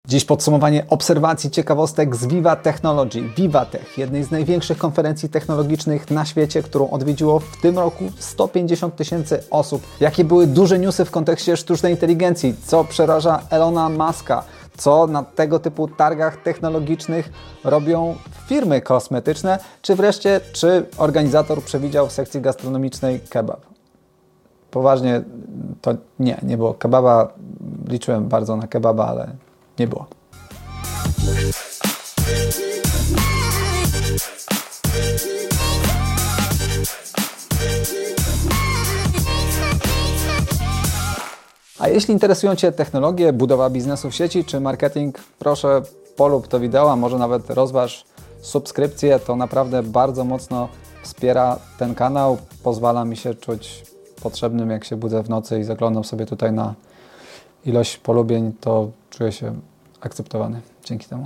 Dziś podsumowanie obserwacji ciekawostek z Viva Technology. VivaTech, jednej z największych konferencji technologicznych na świecie, którą odwiedziło w tym roku 150 000 osób. Jakie były duże newsy w kontekście sztucznej inteligencji? Co przeraża Elona Muska? Co na tego typu targach technologicznych robią firmy kosmetyczne? Czy wreszcie, czy organizator przewidział w sekcji gastronomicznej kebab? Poważnie, to nie było kebaba. Liczyłem bardzo na kebaba, ale nie było. A jeśli interesują Cię technologie, budowa biznesu w sieci czy marketing, proszę polub to wideo, a może nawet rozważ subskrypcję. To naprawdę bardzo mocno wspiera ten kanał. Pozwala mi się czuć potrzebnym, jak się budzę w nocy i zaglądam sobie tutaj na ilość polubień, to czuję się akceptowany dzięki temu.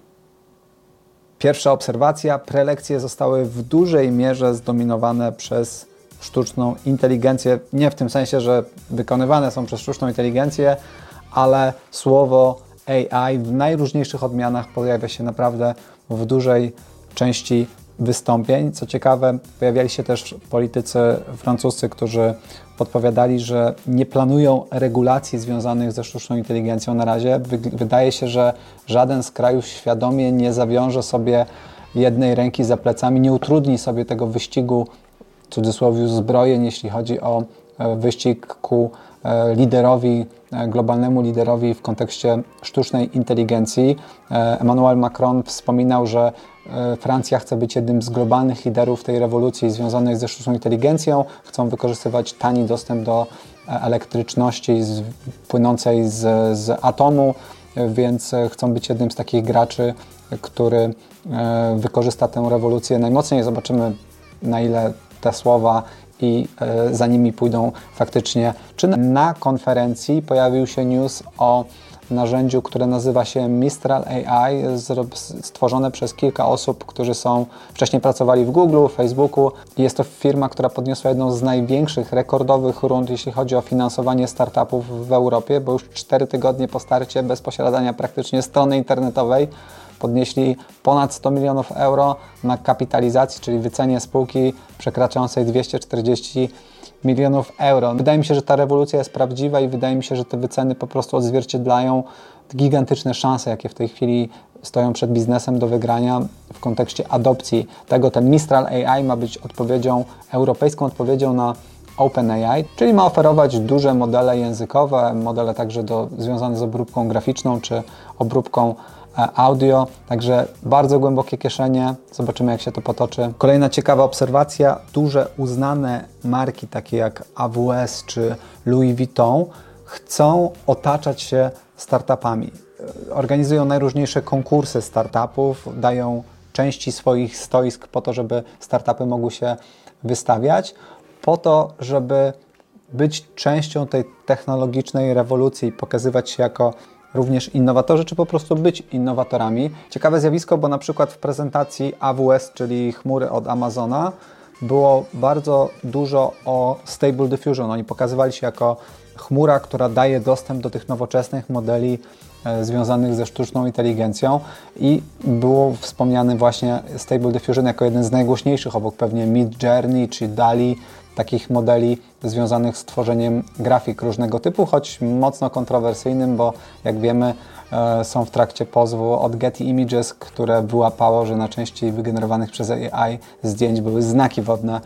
Pierwsza obserwacja. Prelekcje zostały w dużej mierze zdominowane przez sztuczną inteligencję. Nie w tym sensie, że wykonywane są przez sztuczną inteligencję, ale słowo AI w najróżniejszych odmianach pojawia się naprawdę w dużej części wystąpień. Co ciekawe, pojawiali się też politycy francuscy, którzy podpowiadali, że nie planują regulacji związanych ze sztuczną inteligencją na razie. Wydaje się, że żaden z krajów świadomie nie zawiąże sobie jednej ręki za plecami, nie utrudni sobie tego wyścigu, w cudzysłowie zbrojeń, jeśli chodzi o wyścig ku liderowi, globalnemu liderowi w kontekście sztucznej inteligencji. Emmanuel Macron wspominał, że Francja chce być jednym z globalnych liderów tej rewolucji związanej ze sztuczną inteligencją. Chcą wykorzystywać tani dostęp do elektryczności płynącej z atomu, więc chcą być jednym z takich graczy, który wykorzysta tę rewolucję najmocniej. Zobaczymy, na ile te słowa i za nimi pójdą faktycznie czyny. Na konferencji pojawił się news o narzędziu, które nazywa się Mistral AI, stworzone przez kilka osób, którzy wcześniej pracowali w Google, Facebooku. Jest to firma, która podniosła jedną z największych, rekordowych rund, jeśli chodzi o finansowanie startupów w Europie, bo już 4 tygodnie po starcie, bez posiadania praktycznie strony internetowej, podnieśli ponad 100 milionów euro na kapitalizacji, czyli wycenie spółki przekraczającej 240 milionów euro. Wydaje mi się, że ta rewolucja jest prawdziwa i wydaje mi się, że te wyceny po prostu odzwierciedlają gigantyczne szanse, jakie w tej chwili stoją przed biznesem do wygrania w kontekście adopcji tego. Ten Mistral AI ma być europejską odpowiedzią na OpenAI, czyli ma oferować duże modele językowe, modele także związane z obróbką graficzną czy obróbką audio, także bardzo głębokie kieszenie. Zobaczymy, jak się to potoczy. Kolejna ciekawa obserwacja. Duże uznane marki, takie jak AWS czy Louis Vuitton, chcą otaczać się startupami. Organizują najróżniejsze konkursy startupów, dają części swoich stoisk po to, żeby startupy mogły się wystawiać, po to, żeby być częścią tej technologicznej rewolucji i pokazywać się jako również innowatorzy, czy po prostu być innowatorami. Ciekawe zjawisko, bo na przykład w prezentacji AWS, czyli chmury od Amazona, było bardzo dużo o Stable Diffusion. Oni pokazywali się jako chmura, która daje dostęp do tych nowoczesnych modeli związanych ze sztuczną inteligencją i było wspomniany właśnie Stable Diffusion jako jeden z najgłośniejszych, obok pewnie Midjourney czy DALL-E, takich modeli związanych z tworzeniem grafik różnego typu, choć mocno kontrowersyjnym, bo jak wiemy, są w trakcie pozwu od Getty Images, które wyłapało, że na części wygenerowanych przez AI zdjęć były znaki wodne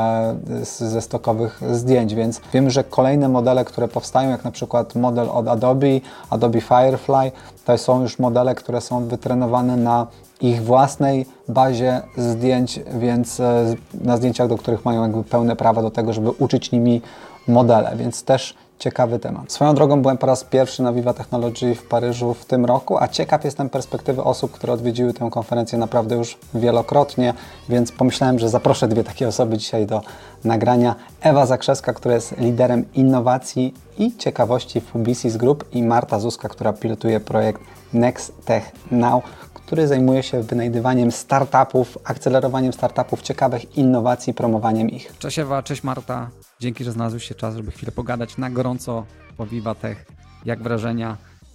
ze stokowych zdjęć, więc wiemy, że kolejne modele, które powstają, jak na przykład model od Adobe Firefly, to są już modele, które są wytrenowane na ich własnej bazie zdjęć, więc na zdjęciach, do których mają jakby pełne prawa do tego, żeby uczyć nimi modele, więc też ciekawy temat. Swoją drogą byłem po raz pierwszy na Viva Technology w Paryżu w tym roku, a ciekaw jestem perspektywy osób, które odwiedziły tę konferencję naprawdę już wielokrotnie, więc pomyślałem, że zaproszę 2 takie osoby dzisiaj do nagrania. Ewa Zakrzewska, która jest liderem innowacji i ciekawości w Publicis Group, i Marta Zuska, która pilotuje projekt Next Tech Now, który zajmuje się wynajdywaniem startupów, akcelerowaniem startupów, ciekawych innowacji, promowaniem ich. Cześć Ewa, cześć Marta. Dzięki, że znalazłeś się czas, żeby chwilę pogadać na gorąco po VivaTech. Jak wrażenia?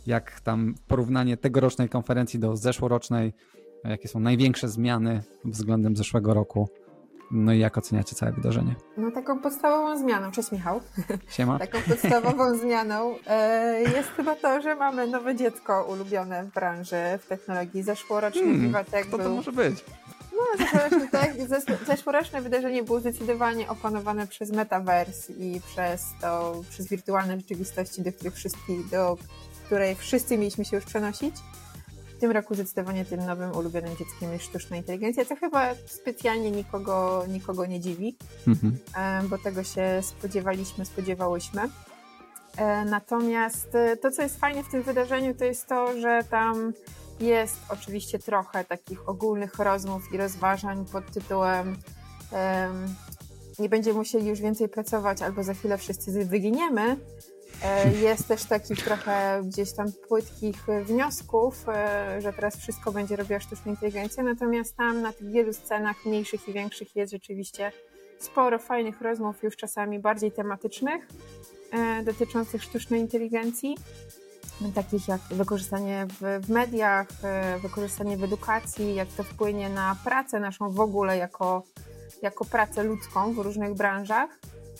Jak tam porównanie tegorocznej konferencji do zeszłorocznej, jakie są największe zmiany względem zeszłego roku? No i jak oceniacie całe wydarzenie? No taką podstawową zmianą, cześć Michał. Siema. Taką podstawową zmianą jest chyba to, że mamy nowe dziecko ulubione w branży, w technologii. Zeszłoroczny Viva-Tech Kto to może być? No, zeszłoroczne wydarzenie było zdecydowanie opanowane przez Metaverse i przez wirtualne rzeczywistości, do której wszyscy mieliśmy się już przenosić. W tym roku zdecydowanie tym nowym ulubionym dzieckiem jest sztuczna inteligencja, co chyba specjalnie nikogo nie dziwi, bo tego się spodziewałyśmy. Natomiast to, co jest fajne w tym wydarzeniu, to jest to, że tam jest oczywiście trochę takich ogólnych rozmów i rozważań pod tytułem nie będziemy musieli już więcej pracować albo za chwilę wszyscy wyginiemy. Jest też takich trochę gdzieś tam płytkich wniosków, że teraz wszystko będzie robiła sztuczna inteligencja, natomiast tam na tych wielu scenach, mniejszych i większych, jest rzeczywiście sporo fajnych rozmów, już czasami bardziej tematycznych, dotyczących sztucznej inteligencji, takich jak wykorzystanie w mediach, wykorzystanie w edukacji, jak to wpłynie na pracę naszą w ogóle jako pracę ludzką w różnych branżach.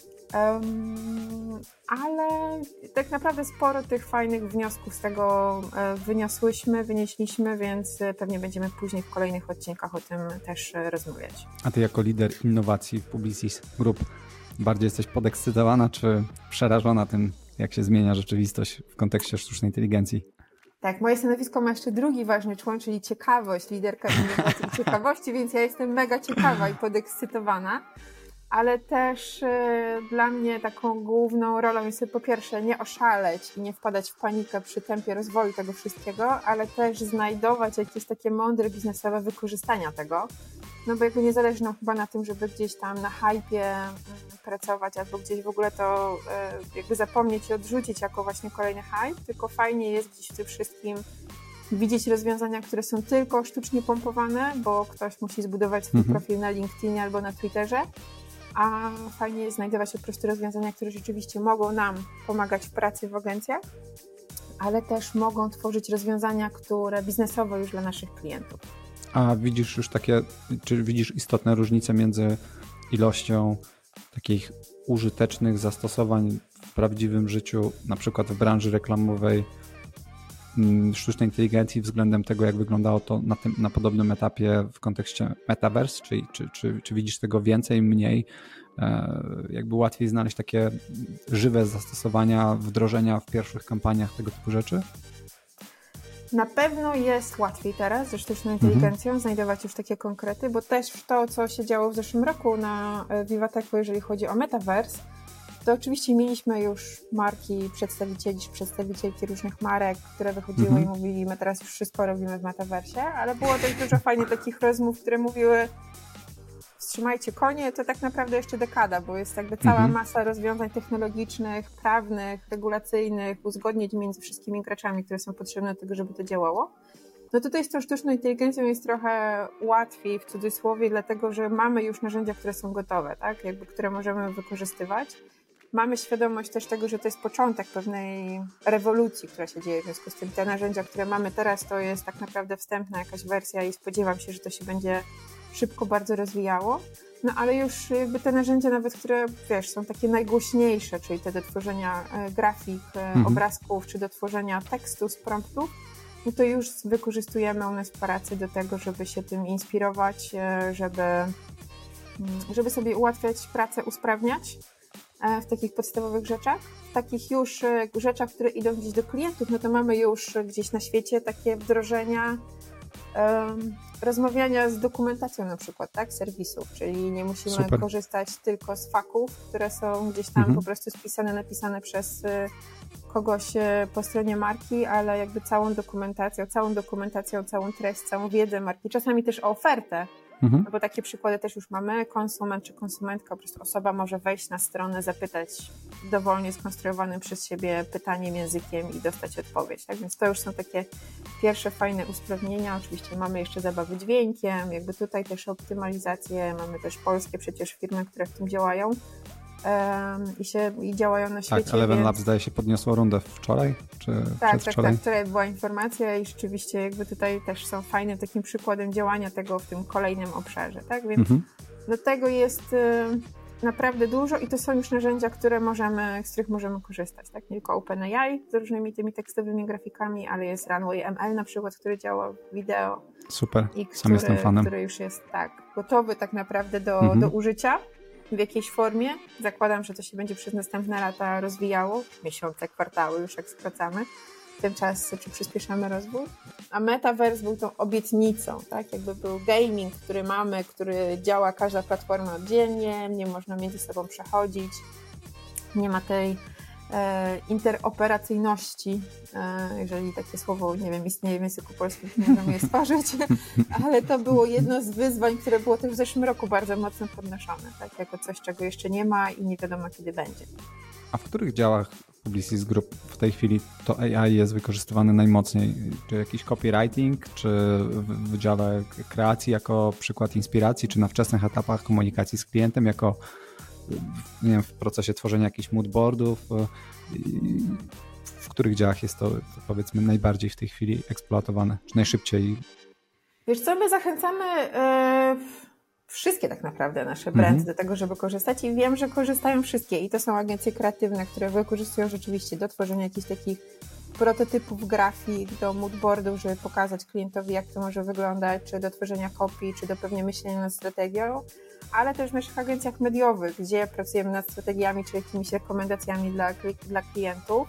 Ale tak naprawdę sporo tych fajnych wniosków z tego wynieśliśmy, więc pewnie będziemy później w kolejnych odcinkach o tym też rozmawiać. A ty jako lider innowacji w Publicis Group bardziej jesteś podekscytowana czy przerażona tym, jak się zmienia rzeczywistość w kontekście sztucznej inteligencji? Tak, moje stanowisko ma jeszcze drugi ważny człon, czyli ciekawość, liderka innowacji i ciekawości, więc ja jestem mega ciekawa i podekscytowana. Ale też dla mnie taką główną rolą jest po pierwsze nie oszaleć i nie wpadać w panikę przy tempie rozwoju tego wszystkiego, ale też znajdować jakieś takie mądre biznesowe wykorzystania tego. No bo jakby nie zależy nam chyba na tym, żeby gdzieś tam na hypie pracować albo gdzieś w ogóle to jakby zapomnieć i odrzucić jako właśnie kolejny hype, tylko fajnie jest gdzieś w tym wszystkim widzieć rozwiązania, które są tylko sztucznie pompowane, bo ktoś musi zbudować swój profil na LinkedInie albo na Twitterze, a fajnie jest znajdować po prostu rozwiązania, które rzeczywiście mogą nam pomagać w pracy w agencjach, ale też mogą tworzyć rozwiązania, które biznesowo już dla naszych klientów. A widzisz już czy widzisz istotne różnice między ilością takich użytecznych zastosowań w prawdziwym życiu, na przykład w branży reklamowej, sztucznej inteligencji względem tego, jak wyglądało to na podobnym etapie w kontekście Metaverse? Czy widzisz tego więcej, mniej? Jakby łatwiej znaleźć takie żywe zastosowania, wdrożenia w pierwszych kampaniach tego typu rzeczy? Na pewno jest łatwiej teraz ze sztuczną inteligencją znajdować już takie konkrety, bo też to, co się działo w zeszłym roku na Viva-Techu, jeżeli chodzi o Metaverse, to oczywiście mieliśmy już marki, przedstawicielki różnych marek, które wychodziły i mówili, my teraz już wszystko robimy w Metaversie, ale było też dużo fajnych takich rozmów, które mówiły, wstrzymajcie konie, to tak naprawdę jeszcze dekada, bo jest jakby cała masa rozwiązań technologicznych, prawnych, regulacyjnych, uzgodnień między wszystkimi graczami, które są potrzebne do tego, żeby to działało. No tutaj z tą sztuczną inteligencją jest trochę łatwiej, w cudzysłowie, dlatego, że mamy już narzędzia, które są gotowe, tak? Jakby, które możemy wykorzystywać. Mamy świadomość też tego, że to jest początek pewnej rewolucji, która się dzieje, w związku z tym te narzędzia, które mamy teraz, to jest tak naprawdę wstępna jakaś wersja i spodziewam się, że to się będzie szybko bardzo rozwijało. No ale już jakby te narzędzia nawet, które są takie najgłośniejsze, czyli te do tworzenia grafik, obrazków, czy do tworzenia tekstu z promptów, no to już wykorzystujemy one w pracy do tego, żeby się tym inspirować, żeby sobie ułatwiać pracę, usprawniać w takich podstawowych rzeczach. W takich już rzeczach, które idą gdzieś do klientów, no to mamy już gdzieś na świecie takie wdrożenia rozmawiania z dokumentacją na przykład, tak, serwisów, czyli nie musimy korzystać tylko z faków, które są gdzieś tam po prostu spisane, napisane przez kogoś po stronie marki, ale jakby całą dokumentacją, całą treść, całą wiedzę marki, czasami też o ofertę, bo takie przykłady też już mamy, konsument czy konsumentka, po prostu osoba może wejść na stronę, zapytać dowolnie skonstruowanym przez siebie pytaniem, językiem i dostać odpowiedź, tak, więc to już są takie pierwsze fajne usprawnienia. Oczywiście mamy jeszcze zabawy dźwiękiem, jakby tutaj też optymalizację, mamy też polskie przecież firmy, które w tym działają, i działają na świecie. Tak, Eleven Labs zdaje się podniosło rundę wczoraj, czy przedwczoraj? Tak, wczoraj była informacja i rzeczywiście jakby tutaj też są fajnym takim przykładem działania tego w tym kolejnym obszarze, tak? Więc do tego jest naprawdę dużo i to są już narzędzia, z których możemy korzystać, tak? Nie tylko OpenAI z różnymi tymi tekstowymi grafikami, ale jest Runway ML na przykład, który działa w wideo. Super, sam jestem fanem. Który już jest gotowy tak naprawdę do użycia w jakiejś formie. Zakładam, że to się będzie przez następne lata rozwijało, miesiące, kwartały już jak skracamy ten czas, czy przyspieszamy rozwój. A Metaverse był tą obietnicą, tak? Jakby był gaming, który działa każda platforma oddzielnie, nie można między sobą przechodzić, nie ma tej interoperacyjności, jeżeli takie słowo, nie wiem, istnieje w języku polskim, nie możemy je stworzyć, ale to było jedno z wyzwań, które było też w zeszłym roku bardzo mocno podnoszone, tak? Jako coś, czego jeszcze nie ma i nie wiadomo kiedy będzie. A w których działach Publicis Group w tej chwili to AI jest wykorzystywane najmocniej? Czy jakiś copywriting, czy w dziale kreacji jako przykład inspiracji, czy na wczesnych etapach komunikacji z klientem jako, nie wiem, w procesie tworzenia jakichś moodboardów? W których działach jest to powiedzmy najbardziej w tej chwili eksploatowane, czy najszybciej? Wiesz co, my zachęcamy wszystkie tak naprawdę nasze brandy do tego, żeby korzystać i wiem, że korzystają wszystkie i to są agencje kreatywne, które wykorzystują rzeczywiście do tworzenia jakichś takich prototypów grafik, do moodboardów, żeby pokazać klientowi, jak to może wyglądać, czy do tworzenia kopii, czy do pewnie myślenia nad strategią, ale też w naszych agencjach mediowych, gdzie pracujemy nad strategiami, czy jakimiś rekomendacjami dla klientów,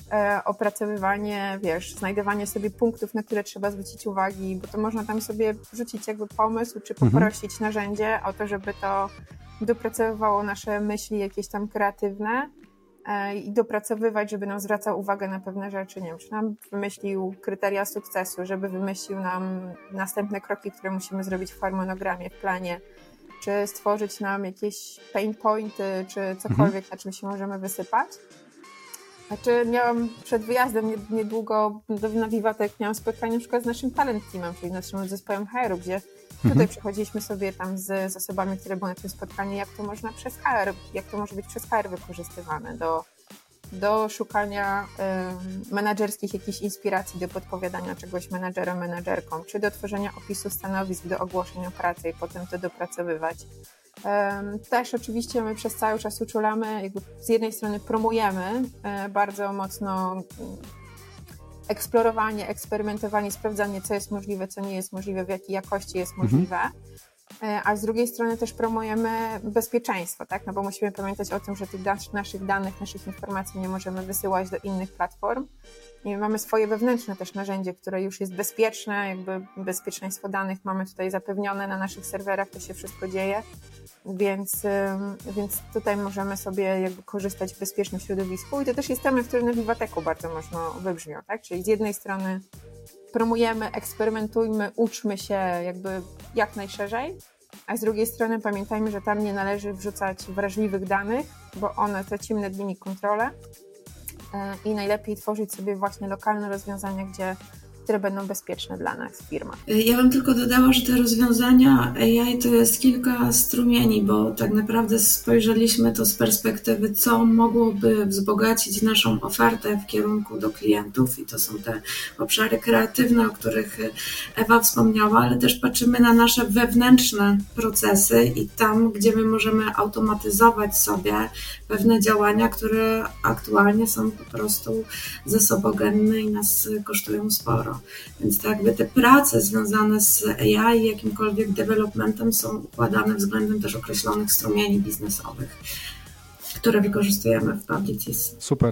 opracowywanie, znajdowanie sobie punktów, na które trzeba zwrócić uwagi, bo to można tam sobie wrzucić jakby pomysł, czy poprosić narzędzie o to, żeby to dopracowywało nasze myśli jakieś tam kreatywne i dopracowywać, żeby nam zwracał uwagę na pewne rzeczy, nie wiem, czy nam wymyślił kryteria sukcesu, żeby wymyślił nam następne kroki, które musimy zrobić w harmonogramie, w planie, czy stworzyć nam jakieś pain pointy, czy cokolwiek, na czym się możemy wysypać. Znaczy miałam przed wyjazdem niedługo na Vivatek miałam spotkanie na przykład z naszym talent teamem, czyli naszym zespołem HR-u, gdzie tutaj przechodziliśmy sobie tam z osobami, które były na tym spotkaniu, jak to można przez HR, jak to może być przez HR wykorzystywane do szukania menadżerskich jakichś inspiracji, do podpowiadania czegoś menadżerom, menadżerkom, czy do tworzenia opisu stanowisk, do ogłoszenia pracy i potem to dopracowywać. Też oczywiście my przez cały czas uczulamy, jakby z jednej strony promujemy bardzo mocno eksplorowanie, eksperymentowanie, sprawdzanie, co jest możliwe, co nie jest możliwe, w jakiej jakości jest możliwe, a z drugiej strony też promujemy bezpieczeństwo, tak? No bo musimy pamiętać o tym, że tych naszych danych, naszych informacji nie możemy wysyłać do innych platform. I mamy swoje wewnętrzne też narzędzie, które już jest bezpieczne, jakby bezpieczeństwo danych mamy tutaj zapewnione na naszych serwerach, to się wszystko dzieje, więc tutaj możemy sobie jakby korzystać w bezpiecznym środowisku i to też jest temat, który na Vivateku bardzo mocno wybrzmiał, tak? Czyli z jednej strony promujemy, eksperymentujmy, uczmy się jakby jak najszerzej, a z drugiej strony pamiętajmy, że tam nie należy wrzucać wrażliwych danych, bo one tracimy nad nimi kontrolę i najlepiej tworzyć sobie właśnie lokalne rozwiązania, które będą bezpieczne dla nas w firmach. Ja bym tylko dodała, że te rozwiązania AI to jest kilka strumieni, bo tak naprawdę spojrzeliśmy to z perspektywy, co mogłoby wzbogacić naszą ofertę w kierunku do klientów i to są te obszary kreatywne, o których Ewa wspomniała, ale też patrzymy na nasze wewnętrzne procesy i tam, gdzie my możemy automatyzować sobie pewne działania, które aktualnie są po prostu zasobogenne i nas kosztują sporo. Więc to jakby te prace związane z AI i jakimkolwiek developmentem są układane względem też określonych strumieni biznesowych, które wykorzystujemy w Publicis.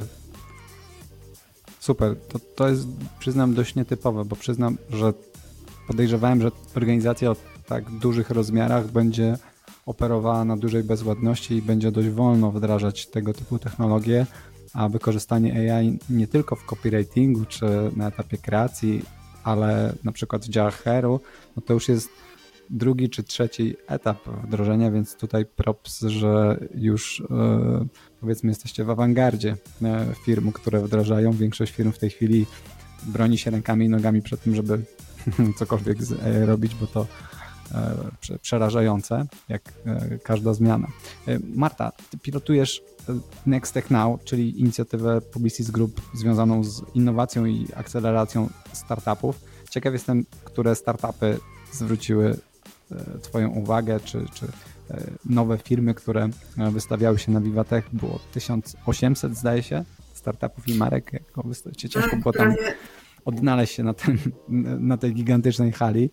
Super. To jest, przyznam, dość nietypowe, bo przyznam, że podejrzewałem, że organizacja o tak dużych rozmiarach będzie operowała na dużej bezwładności i będzie dość wolno wdrażać tego typu technologie, a wykorzystanie AI nie tylko w copywritingu czy na etapie kreacji, ale na przykład w działach HR-u, no to już jest drugi czy trzeci etap wdrożenia, więc tutaj props, że już powiedzmy jesteście w awangardzie firm, które wdrażają. Większość firm w tej chwili broni się rękami i nogami przed tym, żeby cokolwiek robić, bo to przerażające, jak każda zmiana. Marta, ty pilotujesz Next Tech Now, czyli inicjatywę Publicis Group związaną z innowacją i akceleracją startupów. Ciekaw jestem, które startupy zwróciły twoją uwagę, czy nowe firmy, które wystawiały się na Vivatech. Było 1800, zdaje się, startupów i marek. Ciężko było tam odnaleźć się na tej gigantycznej hali,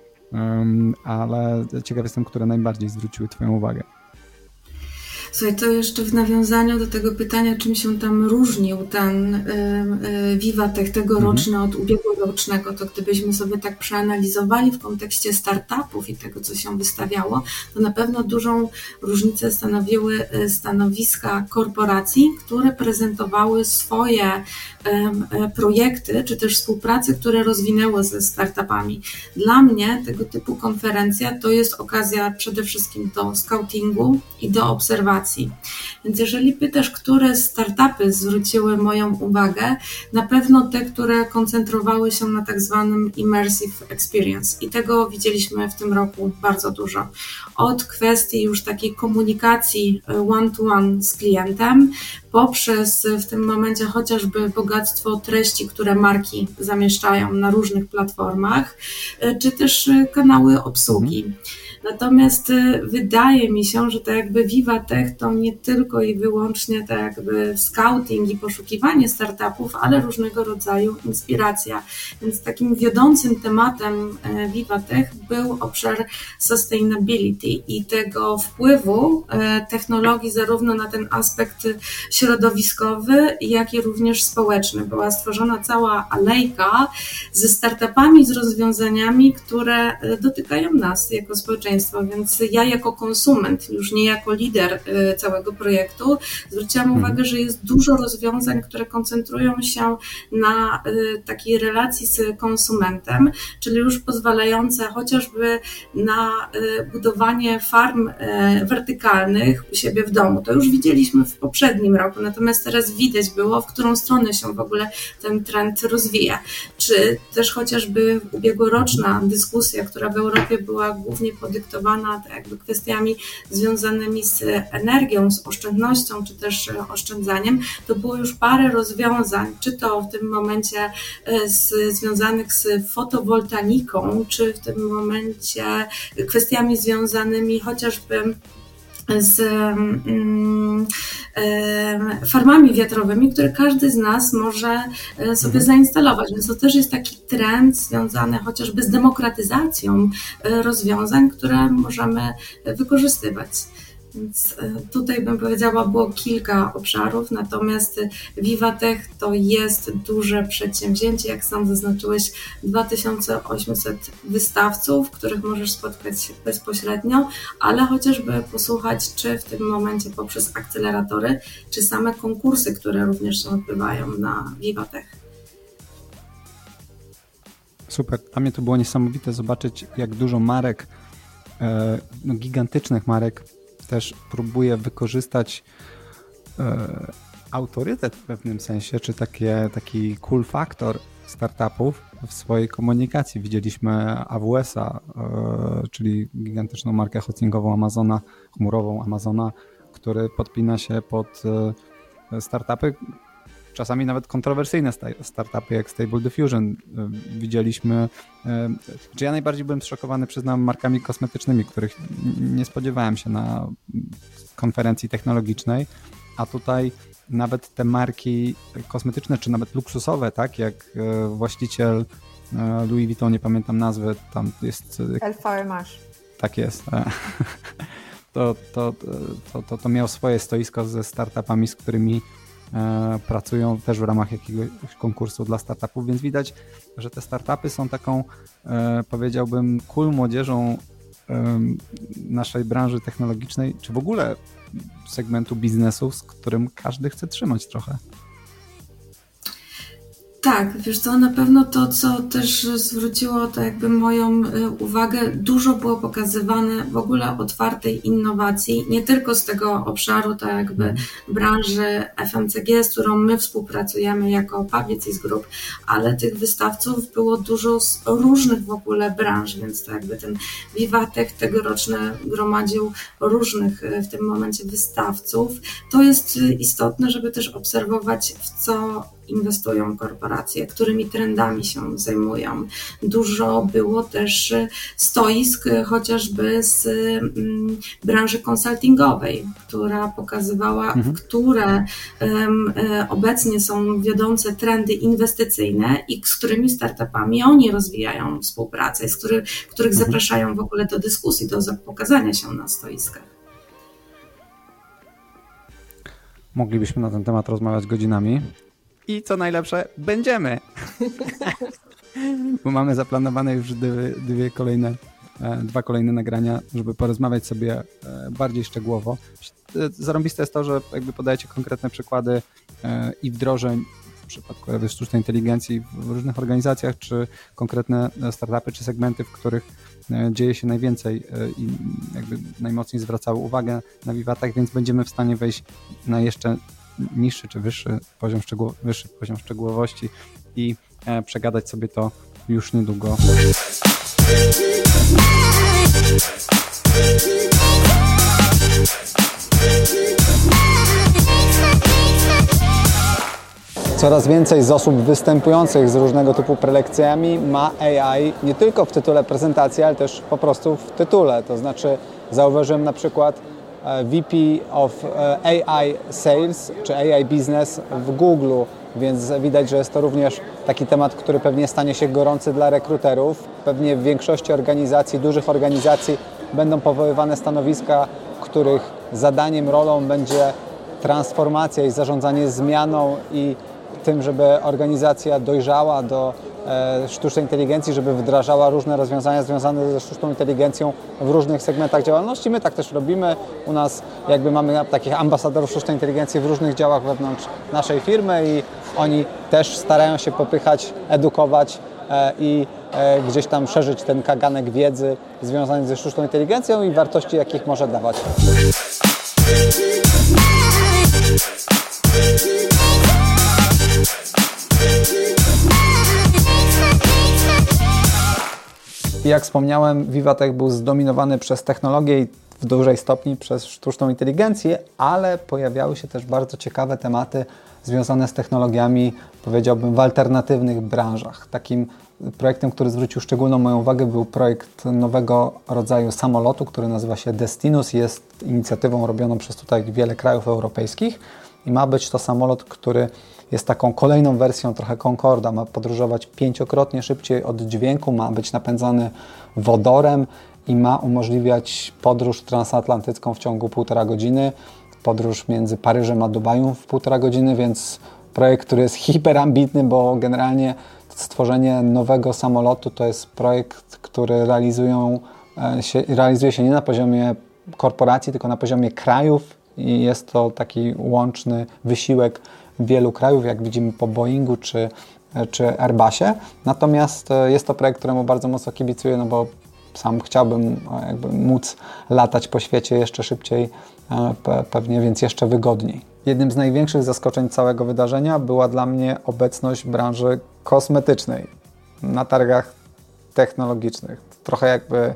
ale ciekaw jestem, które najbardziej zwróciły twoją uwagę. Słuchaj, to jeszcze w nawiązaniu do tego pytania, czym się tam różnił ten Vivatech tegoroczny od ubiegłorocznego, to gdybyśmy sobie tak przeanalizowali w kontekście startupów i tego, co się wystawiało, to na pewno dużą różnicę stanowiły stanowiska korporacji, które prezentowały swoje projekty, czy też współpracy, które rozwinęły ze startupami. Dla mnie tego typu konferencja to jest okazja przede wszystkim do scoutingu i do obserwacji. Więc jeżeli pytasz, które startupy zwróciły moją uwagę, na pewno te, które koncentrowały się na tak zwanym immersive experience i tego widzieliśmy w tym roku bardzo dużo. Od kwestii już takiej komunikacji one-to-one z klientem, poprzez w tym momencie chociażby bogactwo treści, które marki zamieszczają na różnych platformach, czy też kanały obsługi. Natomiast wydaje mi się, że tak jakby Vivatech to nie tylko i wyłącznie tak jakby scouting i poszukiwanie startupów, ale różnego rodzaju inspiracja. Więc takim wiodącym tematem Vivatech był obszar sustainability i tego wpływu technologii zarówno na ten aspekt środowiskowy, jak i również społeczny. Była stworzona cała alejka ze startupami, z rozwiązaniami, które dotykają nas jako społeczeństwo. Więc ja jako konsument, już nie jako lider całego projektu, zwróciłam uwagę, że jest dużo rozwiązań, które koncentrują się na takiej relacji z konsumentem, czyli już pozwalające chociażby na budowanie farm wertykalnych u siebie w domu. To już widzieliśmy w poprzednim roku, natomiast teraz widać było, w którą stronę się w ogóle ten trend rozwija. Czy też chociażby ubiegłoroczna dyskusja, która w Europie była głównie podyktowana tak jakby kwestiami związanymi z energią, z oszczędnością, czy też oszczędzaniem, to było już parę rozwiązań, czy to w tym momencie związanych z fotowoltaiką, czy w tym momencie kwestiami związanymi chociażby z farmami wiatrowymi, które każdy z nas może sobie zainstalować. Więc to też jest taki trend związany chociażby z demokratyzacją rozwiązań, które możemy wykorzystywać. Więc tutaj bym powiedziała, było kilka obszarów, natomiast Vivatech to jest duże przedsięwzięcie, jak sam zaznaczyłeś, 2800 wystawców, których możesz spotkać bezpośrednio, ale chociażby posłuchać, czy w tym momencie poprzez akceleratory, czy same konkursy, które również się odbywają na Vivatech. Super, dla mnie to było niesamowite zobaczyć, jak dużo marek, gigantycznych marek, też próbuje wykorzystać autorytet w pewnym sensie, czy taki cool factor startupów w swojej komunikacji. Widzieliśmy AWS-a, czyli gigantyczną markę hostingową Amazona, chmurową Amazona, który podpina się pod startupy, czasami nawet kontrowersyjne startupy jak Stable Diffusion. Widzieliśmy, ja najbardziej byłem zszokowany, przyznam, markami kosmetycznymi, których nie spodziewałem się na konferencji technologicznej, a tutaj nawet te marki kosmetyczne, czy nawet luksusowe, tak, jak właściciel Louis Vuitton, nie pamiętam nazwy, tam jest... LVMH. Tak jest. To miał swoje stoisko ze startupami, z którymi pracują też w ramach jakiegoś konkursu dla startupów, więc widać, że te startupy są taką, powiedziałbym, cool młodzieżą naszej branży technologicznej, czy w ogóle segmentu biznesu, z którym każdy chce trzymać trochę. Tak, wiesz co, na pewno to, co też zwróciło to jakby moją uwagę, dużo było pokazywane w ogóle otwartej innowacji, nie tylko z tego obszaru, tak jakby branży FMCG, z którą my współpracujemy jako Publicis Group, ale tych wystawców było dużo z różnych w ogóle branż, więc to jakby ten Vivatech tegoroczny gromadził różnych w tym momencie wystawców. To jest istotne, żeby też obserwować, w co inwestują korporacje, którymi trendami się zajmują. Dużo było też stoisk chociażby z branży konsultingowej, która pokazywała, które obecnie są wiodące trendy inwestycyjne i z którymi startupami oni rozwijają współpracę, których zapraszają w ogóle do dyskusji, do pokazania się na stoiskach. Moglibyśmy na ten temat rozmawiać godzinami. I co najlepsze, będziemy. Bo mamy zaplanowane już dwa kolejne nagrania, żeby porozmawiać sobie bardziej szczegółowo. Zarąbiste jest to, że jakby podajecie konkretne przykłady i wdrożeń w przypadku sztucznej inteligencji w różnych organizacjach, czy konkretne startupy, czy segmenty, w których dzieje się najwięcej i jakby najmocniej zwracały uwagę na Vivatech, więc będziemy w stanie wejść na jeszcze niższy czy wyższy poziom szczegółowości i przegadać sobie to już niedługo. Coraz więcej z osób występujących z różnego typu prelekcjami ma AI nie tylko w tytule prezentacji, ale też po prostu w tytule. To znaczy zauważyłem na przykład VP of AI Sales czy AI Business w Google, więc widać, że jest to również taki temat, który pewnie stanie się gorący dla rekruterów. Pewnie w większości organizacji, dużych organizacji będą powoływane stanowiska, których zadaniem, rolą będzie transformacja i zarządzanie zmianą i tym, żeby organizacja dojrzała do sztucznej inteligencji, żeby wdrażała różne rozwiązania związane ze sztuczną inteligencją w różnych segmentach działalności. My tak też robimy. U nas jakby mamy takich ambasadorów sztucznej inteligencji w różnych działach wewnątrz naszej firmy i oni też starają się popychać, edukować i gdzieś tam szerzyć ten kaganek wiedzy związany ze sztuczną inteligencją i wartości, jakich może dawać. I jak wspomniałem, Vivatech był zdominowany przez technologię i w dużej stopni przez sztuczną inteligencję, ale pojawiały się też bardzo ciekawe tematy związane z technologiami, powiedziałbym, w alternatywnych branżach. Takim projektem, który zwrócił szczególną moją uwagę, był projekt nowego rodzaju samolotu, który nazywa się Destinus. Jest inicjatywą robioną przez tutaj wiele krajów europejskich i ma być to samolot, który jest taką kolejną wersją trochę Concorda, ma podróżować 5-krotnie szybciej od dźwięku, ma być napędzany wodorem i ma umożliwiać podróż transatlantycką w ciągu 1,5 godziny, podróż między Paryżem a Dubajem w 1,5 godziny, więc projekt, który jest hiperambitny, bo generalnie stworzenie nowego samolotu to jest projekt, który realizuje się nie na poziomie korporacji, tylko na poziomie krajów i jest to taki łączny wysiłek wielu krajów, jak widzimy po Boeingu czy Airbusie. Natomiast jest to projekt, któremu bardzo mocno kibicuję, no bo sam chciałbym jakby móc latać po świecie jeszcze szybciej, pewnie, więc jeszcze wygodniej. Jednym z największych zaskoczeń całego wydarzenia była dla mnie obecność branży kosmetycznej na targach technologicznych. Trochę jakby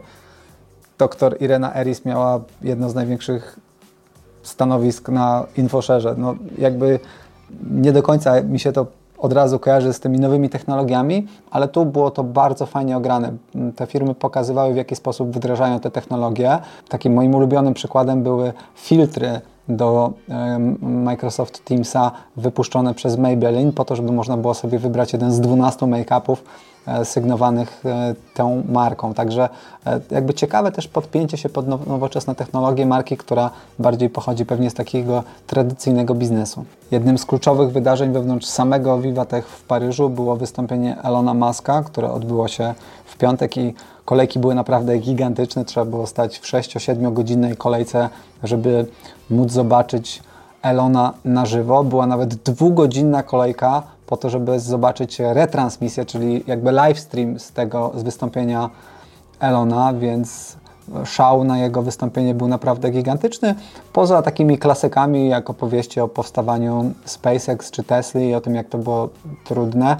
dr Irena Eris miała jedno z największych stanowisk na InfoShareze. No jakby nie do końca mi się to od razu kojarzy z tymi nowymi technologiami, ale tu było to bardzo fajnie ograne. Te firmy pokazywały, w jaki sposób wdrażają te technologie. Takim moim ulubionym przykładem były filtry do Microsoft Teamsa wypuszczone przez Maybelline po to, żeby można było sobie wybrać jeden z 12 make-upów sygnowanych tą marką. Także jakby ciekawe też podpięcie się pod nowoczesne technologie marki, która bardziej pochodzi pewnie z takiego tradycyjnego biznesu. Jednym z kluczowych wydarzeń wewnątrz samego Vivatech w Paryżu było wystąpienie Elona Muska, które odbyło się w piątek i kolejki były naprawdę gigantyczne. Trzeba było stać w 6-7 godzinnej kolejce, żeby móc zobaczyć Elona na żywo. Była nawet 2-godzinna kolejka po to, żeby zobaczyć retransmisję, czyli jakby livestream z wystąpienia Elona, więc szał na jego wystąpienie był naprawdę gigantyczny. Poza takimi klasykami, jak opowieści o powstawaniu SpaceX czy Tesli i o tym, jak to było trudne,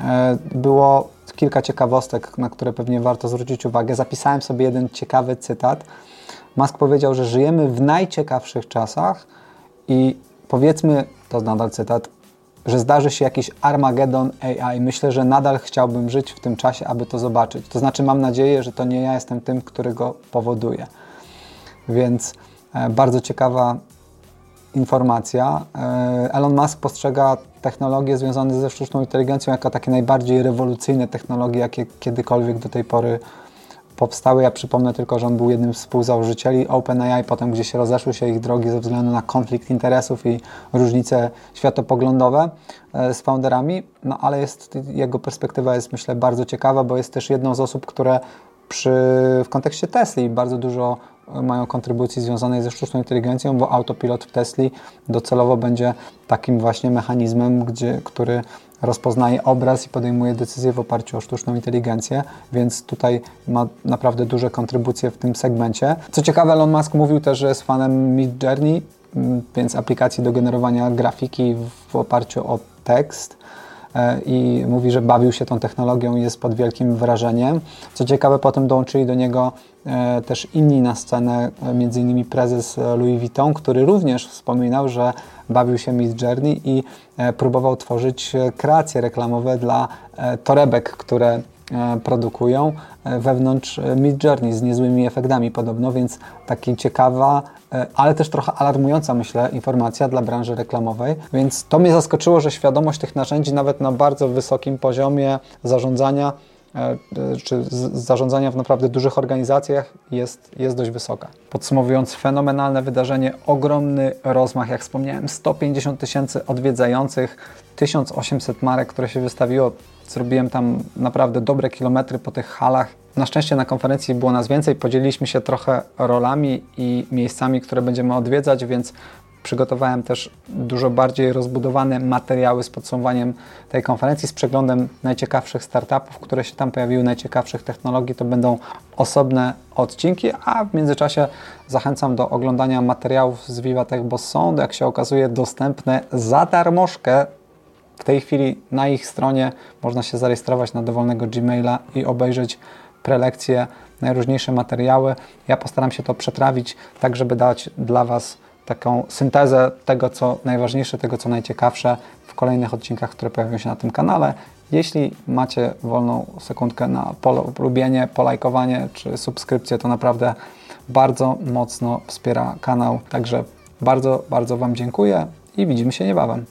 było kilka ciekawostek, na które pewnie warto zwrócić uwagę. Zapisałem sobie jeden ciekawy cytat. Musk powiedział, że żyjemy w najciekawszych czasach i powiedzmy, to nadal cytat, że zdarzy się jakiś Armageddon AI. Myślę, że nadal chciałbym żyć w tym czasie, aby to zobaczyć. To znaczy mam nadzieję, że to nie ja jestem tym, który go powoduje. Więc bardzo ciekawa informacja. Elon Musk postrzega technologie związane ze sztuczną inteligencją jako takie najbardziej rewolucyjne technologie, jakie kiedykolwiek do tej pory powstały. Ja przypomnę tylko, że on był jednym z współzałożycieli OpenAI, potem gdzieś rozeszły się ich drogi ze względu na konflikt interesów i różnice światopoglądowe z founderami, no ale jego perspektywa jest, myślę, bardzo ciekawa, bo jest też jedną z osób, które w kontekście Tesli bardzo dużo mają kontrybucji związanej ze sztuczną inteligencją, bo autopilot w Tesli docelowo będzie takim właśnie mechanizmem, który rozpoznaje obraz i podejmuje decyzje w oparciu o sztuczną inteligencję, więc tutaj ma naprawdę duże kontrybucje w tym segmencie. Co ciekawe, Elon Musk mówił też, że jest fanem Midjourney, więc aplikacji do generowania grafiki w oparciu o tekst, i mówi, że bawił się tą technologią i jest pod wielkim wrażeniem. Co ciekawe, potem dołączyli do niego też inni na scenę, m.in. prezes Louis Vuitton, który również wspominał, że bawił się Midjourney i próbował tworzyć kreacje reklamowe dla torebek, które produkują wewnątrz Midjourney z niezłymi efektami podobno, więc taki ciekawa, ale też trochę alarmująca, myślę, informacja dla branży reklamowej. Więc to mnie zaskoczyło, że świadomość tych narzędzi nawet na bardzo wysokim poziomie zarządzania czy zarządzania w naprawdę dużych organizacjach jest dość wysoka. Podsumowując, fenomenalne wydarzenie, ogromny rozmach, jak wspomniałem, 150 000 odwiedzających, 1800 marek, które się wystawiło. Zrobiłem tam naprawdę dobre kilometry po tych halach. Na szczęście na konferencji było nas więcej, podzieliliśmy się trochę rolami i miejscami, które będziemy odwiedzać, więc przygotowałem też dużo bardziej rozbudowane materiały z podsumowaniem tej konferencji, z przeglądem najciekawszych startupów, które się tam pojawiły, najciekawszych technologii. To będą osobne odcinki, a w międzyczasie zachęcam do oglądania materiałów z VivaTech, bo są, jak się okazuje, dostępne za darmożkę. W tej chwili na ich stronie można się zarejestrować na dowolnego Gmaila i obejrzeć prelekcje, najróżniejsze materiały. Ja postaram się to przetrawić tak, żeby dać dla Was taką syntezę tego, co najważniejsze, tego, co najciekawsze w kolejnych odcinkach, które pojawią się na tym kanale. Jeśli macie wolną sekundkę na polubienie, polajkowanie czy subskrypcję, to naprawdę bardzo mocno wspiera kanał. Także bardzo, bardzo Wam dziękuję i widzimy się niebawem.